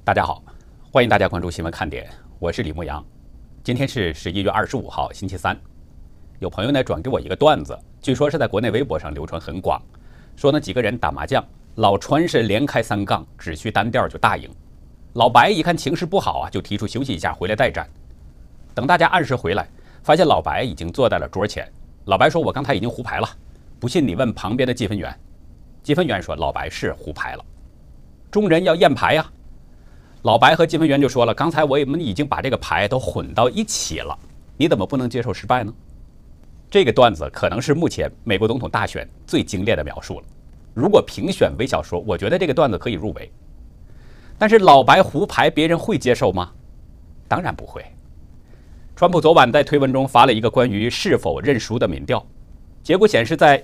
大家好，欢迎大家关注新闻看点，我是李牧阳。今天是11月25号，星期三。有朋友呢转给我一个段子，据说是在国内微博上流传很广，说呢几个人打麻将，老川是连开3杠，只需单调就大赢。老白一看情势不好啊，就提出休息一下，回来再战。等大家按时回来，发现老白已经坐在了桌前。老白说：“我刚才已经胡牌了，不信你问旁边的计分员。”计分员说：“老白是胡牌了。”众人要验牌呀。老白和计分员就说了：“刚才我们已经把这个牌都混到一起了，你怎么不能接受失败呢？”这个段子可能是目前美国总统大选最精炼的描述了。如果评选微小说，我觉得这个段子可以入围。但是老白胡牌，别人会接受吗？当然不会。川普昨晚在推文中发了一个关于是否认输的民调，结果显示，在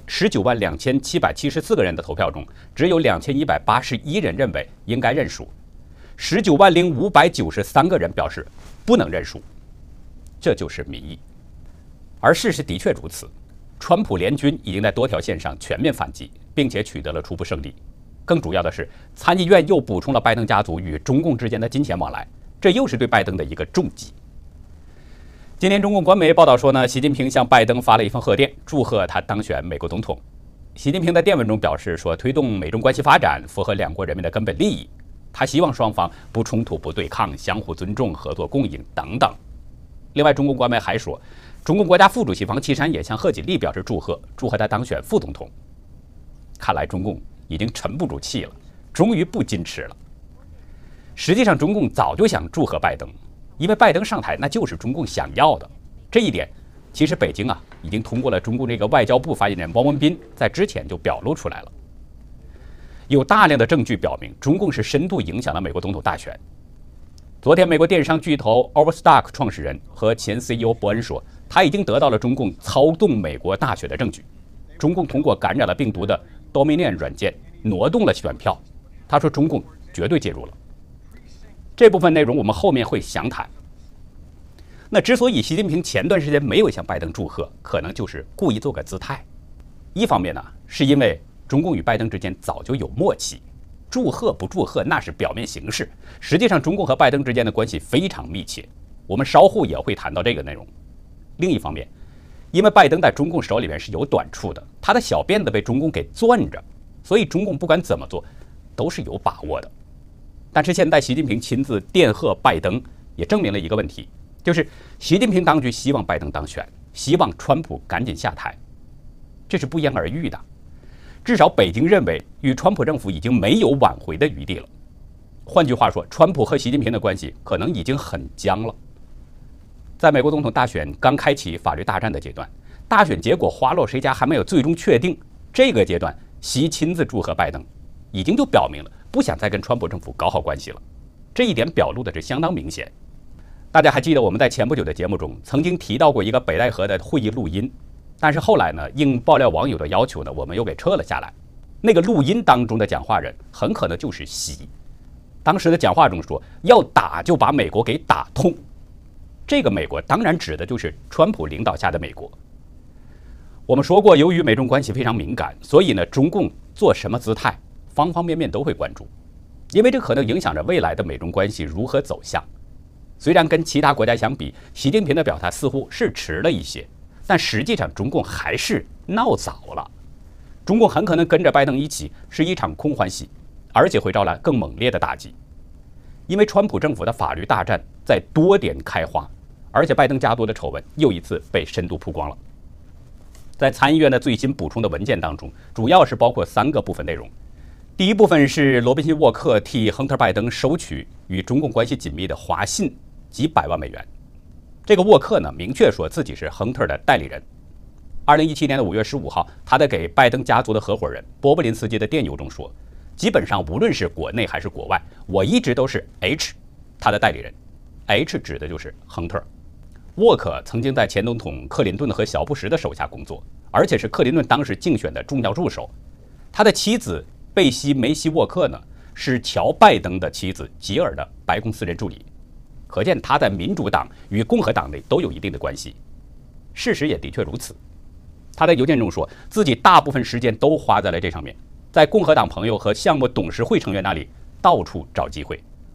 192774个人的投票中，只有2181人认为应该认输。190593个人表示不能认输，这就是民意。而事实的确如此，川普联军已经在多条线上全面反击，并且取得了初步胜利。更主要的是，参议院又补充了拜登家族与中共之间的金钱往来，这又是对拜登的一个重击。今天中共官媒报道说呢，习近平向拜登发了一封贺电，祝贺他当选美国总统。习近平在电文中表示说，推动美中关系发展符合两国人民的根本利益。他希望双方不冲突、不对抗，相互尊重、合作共赢等等。另外，中共官媒还说，中共国家副主席王岐山也向贺锦丽表示祝贺，祝贺他当选副总统。看来中共已经沉不住气了，终于不矜持了。实际上，中共早就想祝贺拜登，因为拜登上台那就是中共想要的。这一点，其实北京已经通过了中共这个外交部发言人汪文斌在之前就表露出来了。有大量的证据表明，中共是深度影响了美国总统大选。昨天，美国电商巨头 Overstock 创始人和前 CEO 伯恩说，他已经得到了中共操纵美国大选的证据。中共通过感染了病毒的 Dominion 软件挪动了选票。他说，中共绝对介入了。这部分内容我们后面会详谈。那之所以习近平前段时间没有向拜登祝贺，可能就是故意做个姿态。一方面呢，是因为中共与拜登之间早就有默契，祝贺不祝贺那是表面形式，实际上中共和拜登之间的关系非常密切，我们稍后也会谈到这个内容。另一方面，因为拜登在中共手里面是有短处的，他的小辫子被中共给攥着，所以中共不管怎么做都是有把握的。但是现在习近平亲自电贺拜登，也证明了一个问题，就是习近平当局希望拜登当选，希望川普赶紧下台，这是不言而喻的。至少北京认为与川普政府已经没有挽回的余地了。换句话说，川普和习近平的关系可能已经很僵了。在美国总统大选刚开启法律大战的阶段，大选结果花落谁家还没有最终确定，这个阶段习亲自祝贺拜登，已经就表明了不想再跟川普政府搞好关系了。这一点表露的是相当明显。大家还记得我们在前不久的节目中曾经提到过一个北戴河的会议录音，但是后来呢，应爆料网友的要求呢，我们又给撤了下来。那个录音当中的讲话人很可能就是习。当时的讲话中说，要打就把美国给打痛。这个美国当然指的就是川普领导下的美国。我们说过，由于美中关系非常敏感，所以呢，中共做什么姿态，方方面面都会关注，因为这可能影响着未来的美中关系如何走向。虽然跟其他国家相比，习近平的表态似乎是迟了一些，但实际上中共还是闹早了。中共很可能跟着拜登一起是一场空欢喜，而且会招来更猛烈的打击。因为川普政府的法律大战在多点开花，而且拜登家族的丑闻又一次被深度曝光了。在参议院的最新补充的文件当中，主要是包括3个部分内容。第一部分是罗宾逊·沃克替亨特·拜登收取与中共关系紧密的华信几百万美元。这个沃克呢，明确说自己是亨特的代理人。2017年的5月15号，他在给拜登家族的合伙人波布林斯基的电邮中说，基本上无论是国内还是国外，我一直都是 H 他的代理人。H 指的就是亨特。沃克曾经在前总统克林顿和小布什的手下工作，而且是克林顿当时竞选的重要助手。他的妻子贝西·梅西沃克呢，是乔·拜登的妻子吉尔的白宫私人助理。可见他在民主党与共和党内都有一定的关系。事实也的确如此。他在邮件中说，自己大部分时间都花在了这上面，在共和党朋友和项目董事会成员那里到处找机会，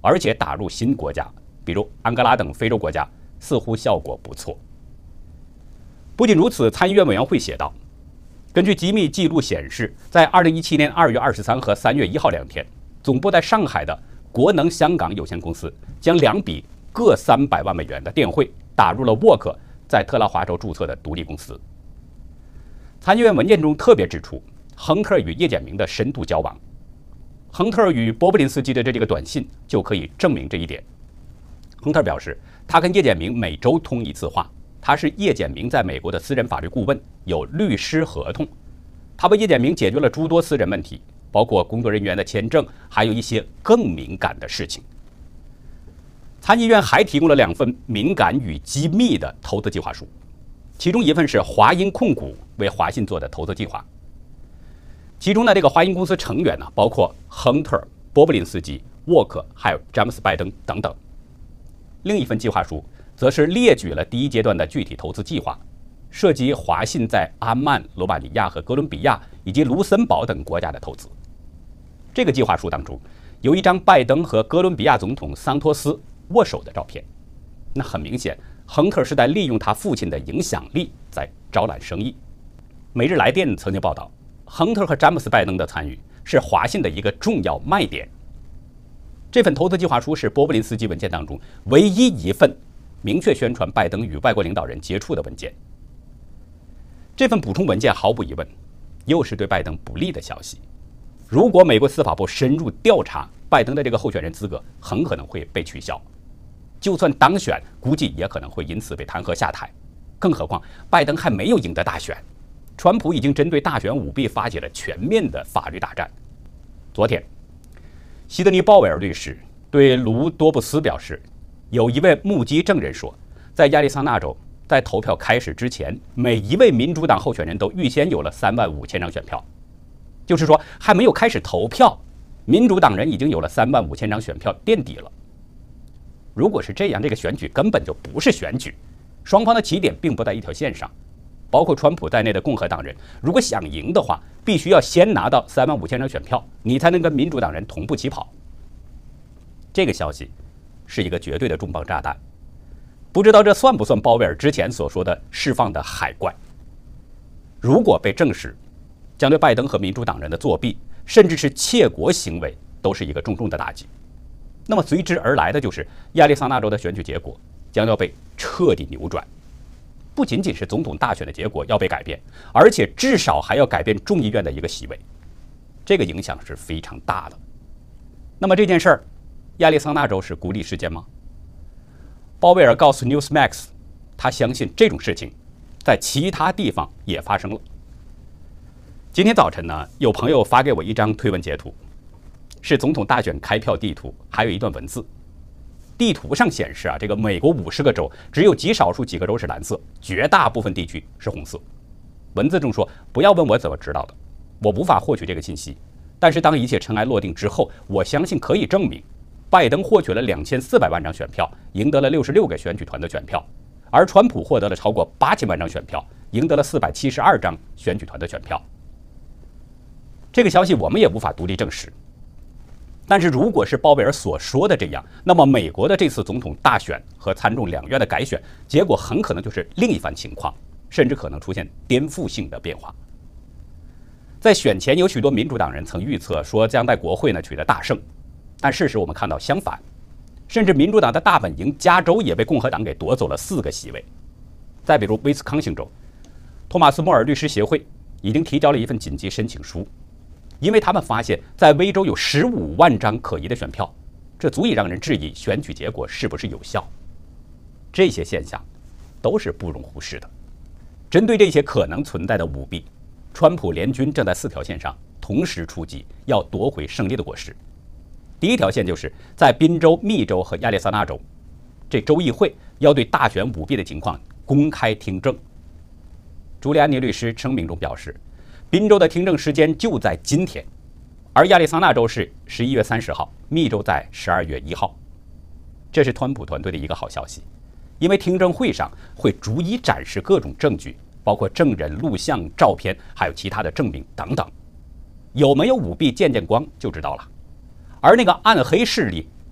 而且打入新国家，比如安哥拉等非洲国家，似乎效果不错。不仅如此，参议院委员会写道，根据机密记录显示，在2017年2月23和3月1号2天，总部在上海的国能香港有限公司将2笔各300万美元的电汇打入了沃克在特拉华州注册的独立公司。参议院文件中特别指出，亨特与叶简明的深度交往。亨特与波布林斯基的这个短信就可以证明这一点。亨特表示，他跟叶简明每周通1次话，他是叶简明在美国的私人法律顾问，有律师合同。他为叶简明解决了诸多私人问题，包括工作人员的签证，还有一些更敏感的事情。参议院还提供了2份敏感与机密的投资计划书，其中一份是华英控股为华信做的投资计划。其中呢，这个华英公司成员呢，包括亨特、波布林斯基、沃克，还有詹姆斯·拜登等等。另一份计划书则是列举了第一阶段的具体投资计划，涉及华信在阿曼、罗马尼亚和哥伦比亚以及卢森堡等国家的投资。这个计划书当中有一张拜登和哥伦比亚总统桑托斯握手的照片。那很明显，亨特是在利用他父亲的影响力在招揽生意。每日来电曾经报道，亨特和詹姆斯·拜登的参与是华信的一个重要卖点。这份投资计划书是波布林斯基文件当中唯一一份明确宣传拜登与外国领导人接触的文件。这份补充文件毫无疑问又是对拜登不利的消息。如果美国司法部深入调查，拜登的这个候选人资格很可能会被取消，就算当选，估计也可能会因此被弹劾下台。更何况拜登还没有赢得大选，川普已经针对大选舞弊发起了全面的法律大战。昨天，希德尼·鲍威尔律师对卢多布斯表示，有一位目击证人说，在亚利桑那州，在投票开始之前，每一位民主党候选人都预先有了35000张选票，就是说还没有开始投票，民主党人已经有了35000张选票垫底了。如果是这样，这个选举根本就不是选举，双方的起点并不在一条线上。包括川普在内的共和党人，如果想赢的话，必须要先拿到35000张选票，你才能跟民主党人同步起跑。这个消息是一个绝对的重磅炸弹，不知道这算不算鲍威尔之前所说的释放的海怪？如果被证实，将对拜登和民主党人的作弊，甚至是窃国行为，都是一个重重的打击。那么随之而来的就是亚利桑那州的选举结果将要被彻底扭转。不仅仅是总统大选的结果要被改变，而且至少还要改变众议院的一个席位，这个影响是非常大的。那么这件事儿，亚利桑那州是孤立事件吗？鲍威尔告诉 Newsmax， 他相信这种事情在其他地方也发生了。今天早晨呢，有朋友发给我一张推文截图，是总统大选开票地图，还有一段文字。地图上显示这个美国50个州只有极少数几个州是蓝色，绝大部分地区是红色。文字中说，不要问我怎么知道的，我无法获取这个信息，但是当一切尘埃落定之后，我相信可以证明，拜登获取了2400万张选票，赢得了66个选举团的选票，而川普获得了超过8000万张选票，赢得了472张选举团的选票。这个消息我们也无法独立证实。但是如果是鲍威尔所说的这样，那么美国的这次总统大选和参众两院的改选结果很可能就是另一番情况，甚至可能出现颠覆性的变化。在选前，有许多民主党人曾预测说将在国会取得大胜，但事实我们看到相反，甚至民主党的大本营加州也被共和党给夺走了4个席位。再比如威斯康星州，托马斯·莫尔律师协会已经提交了一份紧急申请书，因为他们发现，在威州有15万张可疑的选票，这足以让人质疑选举结果是不是有效。这些现象都是不容忽视的。针对这些可能存在的舞弊，川普联军正在4条线上同时出击，要夺回胜利的果实。第一条线就是在宾州、密州和亚利桑那州，这州议会要对大选舞弊的情况公开听证。朱利安尼律师声明中表示，宾州的听证时间就在今天，而亚利桑那州是11月30号，密州在12月1号。这是川普团队的一个好消息，因为听证会上会逐一展示各种证据，包括证人、录像、照片，还有其他的证明等等。有没有舞弊见见光就知道了。而那个暗黑势力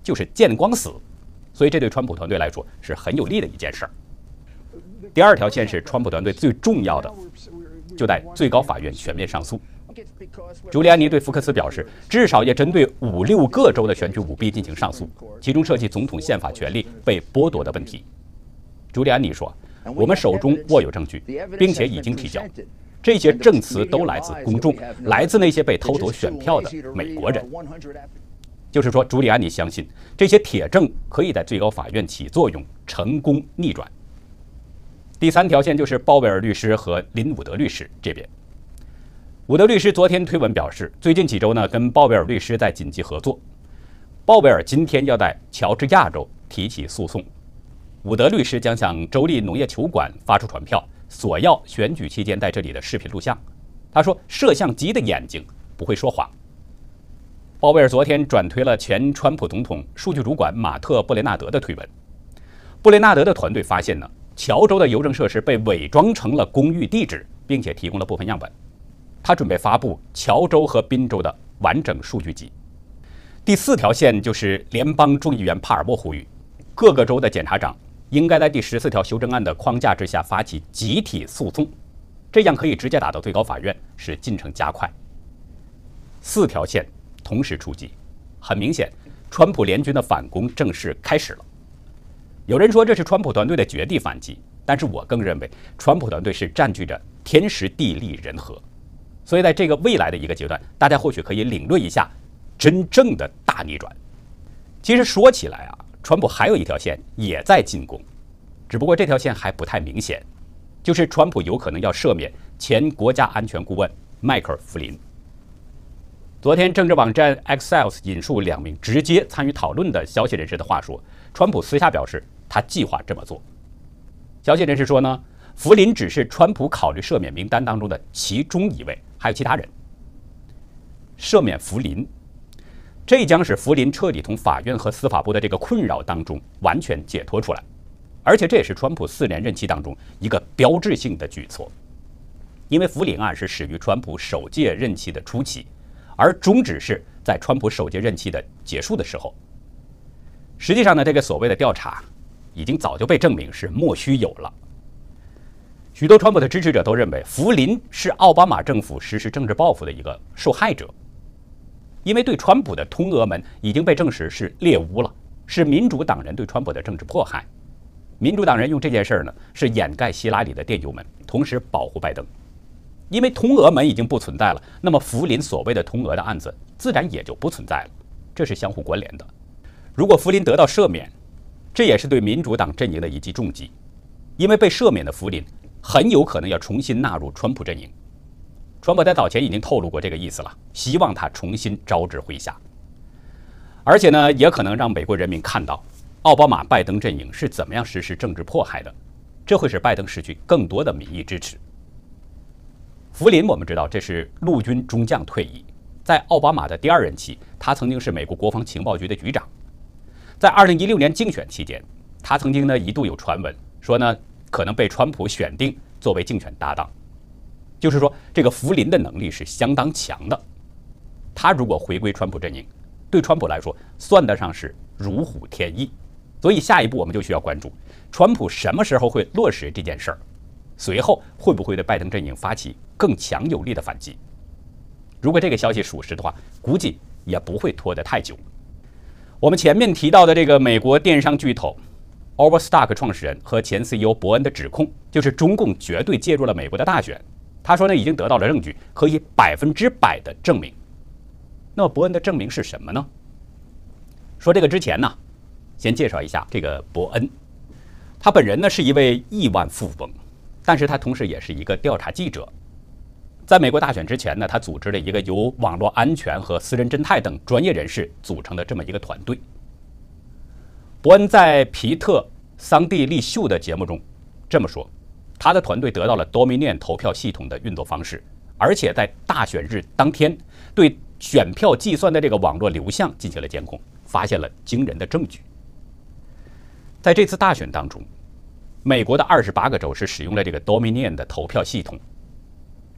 就是见光死，所以这对川普团队来说是很有利的一件事儿。第二条线是川普团队最重要的，就在最高法院全面上诉。朱利安尼对福克斯表示，至少也针对5、6个州的选举舞弊进行上诉，其中涉及总统宪法权利被剥夺的问题。朱利安尼说：“我们手中握有证据，并且已经提交。这些证词都来自公众，来自那些被偷走选票的美国人。”就是说，朱利安尼相信这些铁证可以在最高法院起作用，成功逆转。第三条线就是鲍威尔律师和林伍德律师这边。伍德律师昨天推文表示，最近几周呢，跟鲍威尔律师在紧急合作。鲍威尔今天要在乔治亚州提起诉讼，伍德律师将向州立农业球馆发出传票，索要选举期间在这里的视频录像。他说，摄像机的眼睛不会说谎。鲍威尔昨天转推了前川普总统数据主管马特·布雷纳德的推文。布雷纳德的团队发现呢，乔州的邮政设施被伪装成了公寓地址，并且提供了部分样本。他准备发布乔州和宾州的完整数据集。第四条线就是联邦众议员帕尔默呼吁，各个州的检察长应该在第14条修正案的框架之下发起集体诉讼，这样可以直接打到最高法院，使进程加快。4条线同时出击，很明显，川普联军的反攻正式开始了。有人说这是川普团队的绝地反击，但是我更认为川普团队是占据着天时地利人和。所以在这个未来的一个阶段，大家或许可以领略一下真正的大逆转。其实说起来啊，川普还有一条线也在进攻，只不过这条线还不太明显，就是川普有可能要赦免前国家安全顾问迈克尔·弗林。昨天政治网站 Axios 引述2名直接参与讨论的消息人士的话说，川普私下表示他计划这么做。消息人士说呢，弗林只是川普考虑赦免名单当中的其中一位，还有其他人。赦免弗林，这将使弗林彻底从法院和司法部的这个困扰当中完全解脱出来，而且这也是川普4年任期当中一个标志性的举措。因为弗林案是始于川普首届任期的初期，而终止是在川普首届任期的结束的时候。实际上呢，这个所谓的调查已经早就被证明是莫须有了。许多川普的支持者都认为，弗林是奥巴马政府实施政治报复的一个受害者，因为对川普的通俄门已经被证实是猎巫了，是民主党人对川普的政治迫害。民主党人用这件事呢，是掩盖希拉里的电邮门，同时保护拜登。因为通俄门已经不存在了，那么弗林所谓的通俄的案子自然也就不存在了，这是相互关联的。如果弗林得到赦免，这也是对民主党阵营的一记重击，因为被赦免的弗林很有可能要重新纳入川普阵营。川普在早前已经透露过这个意思了，希望他重新招致麾下。而且呢，也可能让美国人民看到奥巴马拜登阵营是怎么样实施政治迫害的，这会使拜登失去更多的民意支持。弗林我们知道这是陆军中将退役，在奥巴马的第2任期，他曾经是美国国防情报局的局长。在2016年竞选期间，他曾经呢一度有传闻说呢可能被川普选定作为竞选搭档，就是说这个弗林的能力是相当强的。他如果回归川普阵营，对川普来说算得上是如虎添翼。所以下一步我们就需要关注川普什么时候会落实这件事儿，随后会不会对拜登阵营发起更强有力的反击。如果这个消息属实的话，估计也不会拖得太久。我们前面提到的这个美国电商巨头 Overstock 创始人和前 CEO 伯恩的指控，就是中共绝对介入了美国的大选。他说呢，已经得到了证据，可以100%的证明。那么伯恩的证明是什么呢？说这个之前呢，先介绍一下这个伯恩。他本人呢是一位亿万富翁，但是他同时也是一个调查记者。在美国大选之前呢，他组织了一个由网络安全和私人侦探等专业人士组成的这么一个团队。伯恩在皮特·桑蒂利秀的节目中这么说，他的团队得到了 Dominion 投票系统的运作方式，而且在大选日当天对选票计算的这个网络流向进行了监控，发现了惊人的证据。在这次大选当中，美国的28个州是使用了这个 Dominion 的投票系统。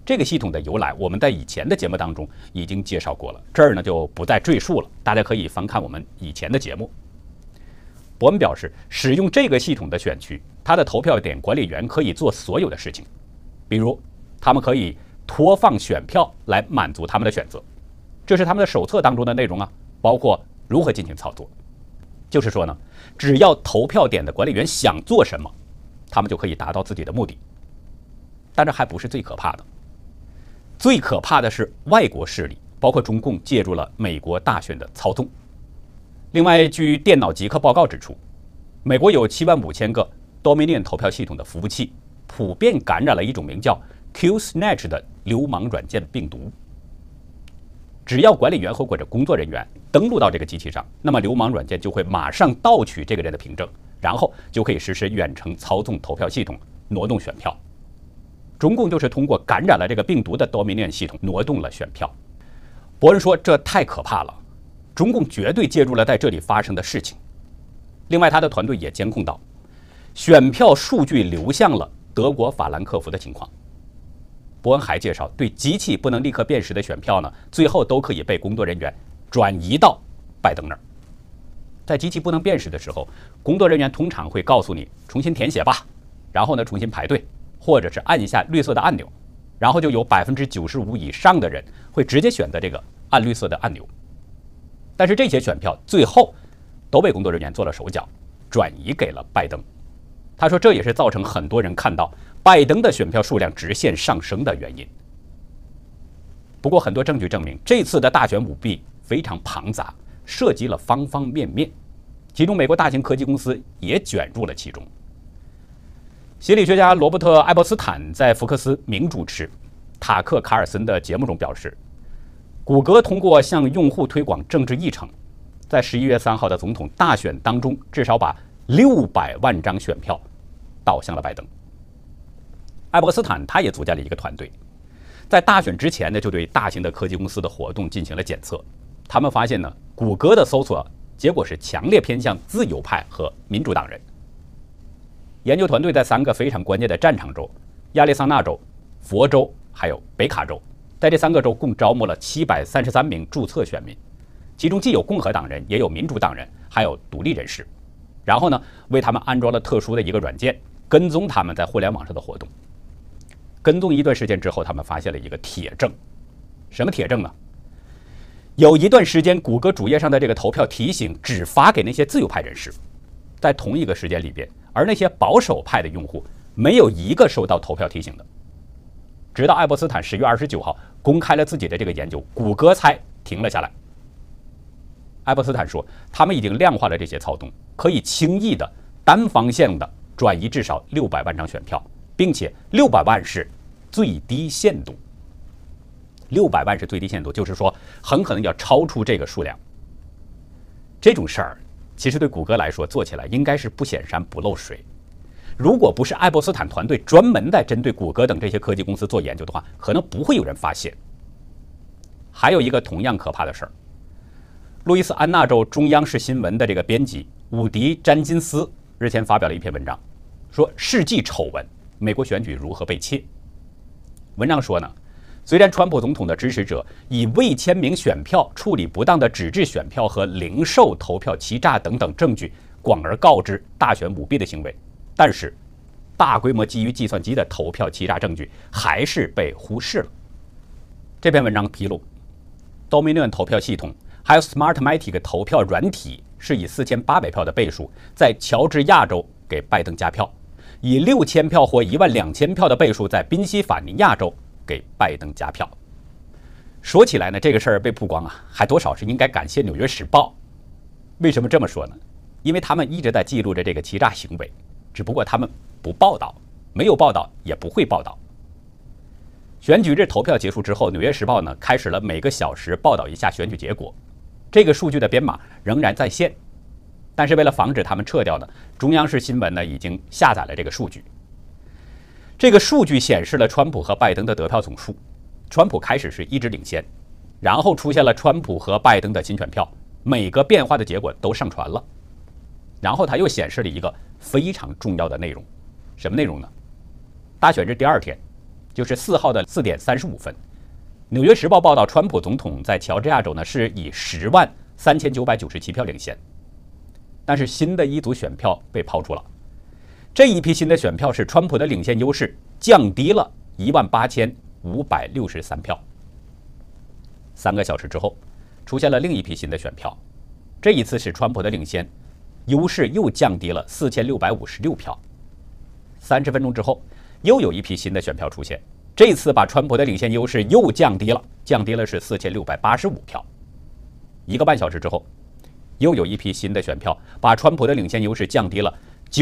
这个系统的由来，我们在以前的节目当中已经介绍过了，这儿呢就不再赘述了，大家可以翻看我们以前的节目。伯恩表示，使用这个系统的选区，他的投票点管理员可以做所有的事情，比如他们可以拖放选票来满足他们的选择，这是他们的手册当中的内容啊，包括如何进行操作。就是说呢，只要投票点的管理员想做什么，他们就可以达到自己的目的。但这还不是最可怕的，最可怕的是外国势力，包括中共介入了美国大选的操纵。另外，据电脑极客报告指出，美国有75000个 Dominion 投票系统的服务器普遍感染了一种名叫 QSnatch 的流氓软件病毒。只要管理员或者工作人员登录到这个机器上，那么流氓软件就会马上盗取这个人的凭证，然后就可以实施远程操纵投票系统，挪动选票。中共就是通过感染了这个病毒的 Dominion 系统挪动了选票。伯恩说，这太可怕了，中共绝对介入了在这里发生的事情。另外，他的团队也监控到，选票数据流向了德国法兰克福的情况。伯恩还介绍，对机器不能立刻辨识的选票呢，最后都可以被工作人员转移到拜登那儿。在机器不能辨识的时候，工作人员通常会告诉你重新填写吧，然后呢重新排队，或者是按一下绿色的按钮，然后就有95%以上的人会直接选择这个按绿色的按钮。但是这些选票最后都被工作人员做了手脚，转移给了拜登。他说，这也是造成很多人看到拜登的选票数量直线上升的原因。不过，很多证据证明，这次的大选舞弊非常庞杂，涉及了方方面面，其中美国大型科技公司也卷入了其中。心理学家罗伯特·艾伯斯坦在福克斯名主持塔克·卡尔森的节目中表示，谷歌通过向用户推广政治议程，在11月3号的总统大选当中，至少把600万张选票倒向了拜登。艾伯斯坦他也组建了一个团队，在大选之前呢，就对大型的科技公司的活动进行了检测。他们发现呢，谷歌的搜索结果是强烈偏向自由派和民主党人。研究团队在3个非常关键的战场州——亚利桑那州、佛州还有北卡州，在这3个州共招募了733名注册选民，其中既有共和党人，也有民主党人，还有独立人士。然后呢，为他们安装了特殊的一个软件，跟踪他们在互联网上的活动。跟踪一段时间之后，他们发现了一个铁证。什么铁证呢？有一段时间，谷歌主页上的这个投票提醒只发给那些自由派人士，在同一个时间里边，而那些保守派的用户没有一个收到投票提醒的。直到艾伯斯坦10月29号公开了自己的这个研究，谷歌才停了下来。艾伯斯坦说，他们已经量化了这些操纵，可以轻易的单方向的转移至少600万张选票，并且600万是最低限度。600万是最低限度，就是说很可能要超出这个数量。这种事儿其实对谷歌来说做起来应该是不显山不漏水。如果不是艾伯斯坦团队专门在针对谷歌等这些科技公司做研究的话，可能不会有人发现。还有一个同样可怕的事儿，路易斯安那州中央市新闻的这个编辑伍迪·詹金斯日前发表了一篇文章，说世纪丑闻，美国选举如何被窃。文章说呢，虽然川普总统的支持者以未签名选票、处理不当的纸质选票和零售投票欺诈等等证据广而告之大选舞弊的行为，但是大规模基于计算机的投票欺诈证据还是被忽视了。这篇文章披露， Dominion 投票系统还有 Smartmatic 投票软体是以4800票的倍数在乔治亚州给拜登加票，以6000票或12000票的倍数在宾夕法尼亚州给拜登加票。说起来呢，这个事儿被曝光啊，还多少是应该感谢《纽约时报》。为什么这么说呢？因为他们一直在记录着这个欺诈行为，只不过他们不报道，没有报道也不会报道。选举日投票结束之后，《纽约时报》呢开始了每个小时报道一下选举结果。这个数据的编码仍然在线，但是为了防止他们撤掉呢，中央市新闻呢已经下载了这个数据。这个数据显示了川普和拜登的得票总数，川普开始是一直领先，然后出现了川普和拜登的新选票，每个变化的结果都上传了。然后他又显示了一个非常重要的内容，什么内容呢？大选日第2天， 就是4号的4点35分，《纽约时报》报道，川普总统在乔治亚州呢是以103997票领先。但是新的一组选票被抛出了，这一批新的选票使川普的领先优势降低了18563票。3个小时之后，出现了另一批新的选票，这一次使川普的领先优势又降低了4656票。30分钟之后，又有一批新的选票出现，这次把川普的领先优势又降低了是4685票。1个半小时之后，又有一批新的选票把川普的领先优势降低了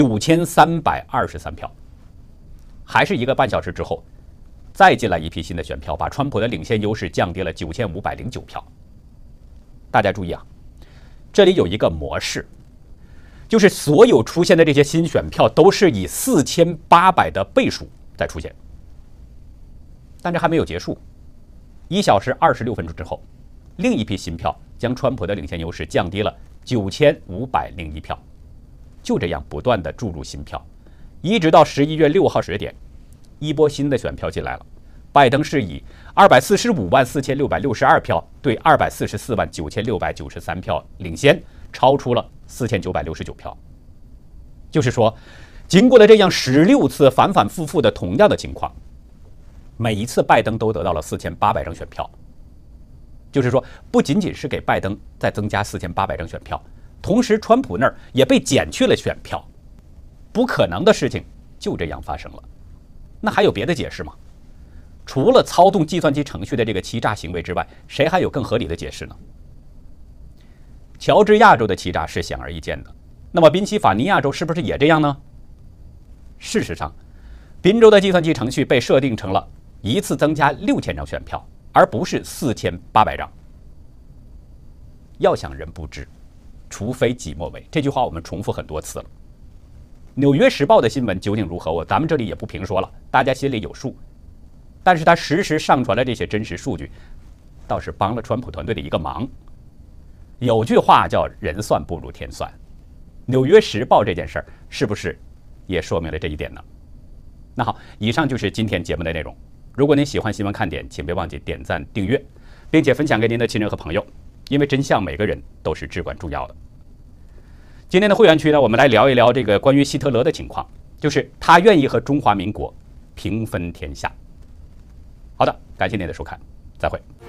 9323票。还是1个半小时之后，再进来一批新的选票，把川普的领先优势降低了9509票。大家注意啊，这里有一个模式，就是所有出现的这些新选票都是以4800的倍数在出现。但这还没有结束，1小时26分钟之后，另一批新票将川普的领先优势降低了9501票。就这样不断的注入新票，一直到11月6号10点，一波新的选票进来了。拜登是以2454662票对2449693票领先，超出了4969票。就是说，经过了这样16次反反复复的同样的情况，每一次拜登都得到了4800张选票。就是说，不仅仅是给拜登再增加4800张选票，同时川普那儿也被减去了选票。不可能的事情就这样发生了。那还有别的解释吗？除了操纵计算机程序的这个欺诈行为之外，谁还有更合理的解释呢？乔治亚州的欺诈是显而易见的，那么宾夕法尼亚州是不是也这样呢？事实上，宾州的计算机程序被设定成了一次增加6000张选票，而不是4800张。要想人不知，除非己莫为，这句话我们重复很多次了。纽约时报的新闻究竟如何，咱们这里也不评说了，大家心里有数。但是他实时上传了这些真实数据，倒是帮了川普团队的一个忙。有句话叫人算不如天算，纽约时报这件事儿是不是也说明了这一点呢？那好，以上就是今天节目的内容。如果您喜欢新闻看点，请别忘记点赞订阅，并且分享给您的亲人和朋友，因为真相每个人都是至关重要的。今天的会员区呢，我们来聊一聊这个关于希特勒的情况，就是他愿意和中华民国平分天下。好的，感谢您的收看，再会。